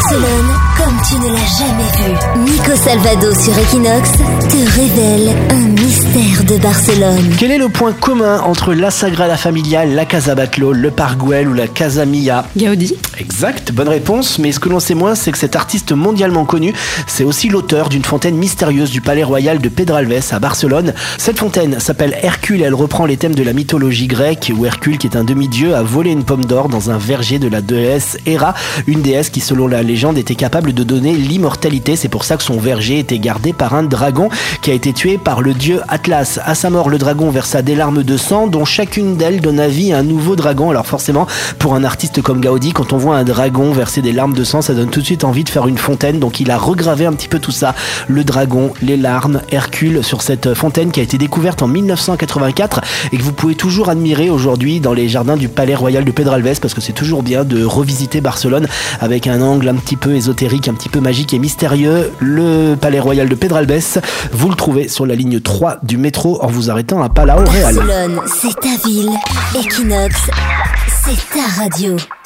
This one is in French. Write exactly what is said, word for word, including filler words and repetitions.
Barcelone comme tu ne l'as jamais vu. Nico Salvado sur Equinox te révèle un mystère de Barcelone. Quel est le point commun entre la Sagrada Familia, la Casa Batlló, le Parc Güell ou la Casa Mia? Gaudi. Exact, bonne réponse, mais ce que l'on sait moins, c'est que cet artiste mondialement connu, c'est aussi l'auteur d'une fontaine mystérieuse du Palais Royal de Pedralbes à Barcelone. Cette fontaine s'appelle Hercule et elle reprend les thèmes de la mythologie grecque, où Hercule, qui est un demi-dieu, a volé une pomme d'or dans un verger de la déesse Héra, une déesse qui, selon la légende, était capable de donner l'immortalité. C'est pour ça que son verger était gardé par un dragon qui a été tué par le dieu Atlas. À sa mort, le dragon versa des larmes de sang, dont chacune d'elles donna vie à un nouveau dragon. Alors forcément, pour un artiste comme Gaudi, quand on voit un dragon verser des larmes de sang, ça donne tout de suite envie de faire une fontaine. Donc il a regravé un petit peu tout ça, le dragon, les larmes, Hercule, sur cette fontaine qui a été découverte en mille neuf cent quatre-vingt-quatre et que vous pouvez toujours admirer aujourd'hui dans les jardins du Palais Royal de Pedralbes, parce que c'est toujours bien de revisiter Barcelone avec un angle un petit peu ésotérique, un petit peu magique et mystérieux. Le Palais Royal de Pedralbes, vous le trouvez sur la ligne trois du métro en vous arrêtant à Palau Real. Barcelone, c'est ta ville. Equinox, c'est ta radio.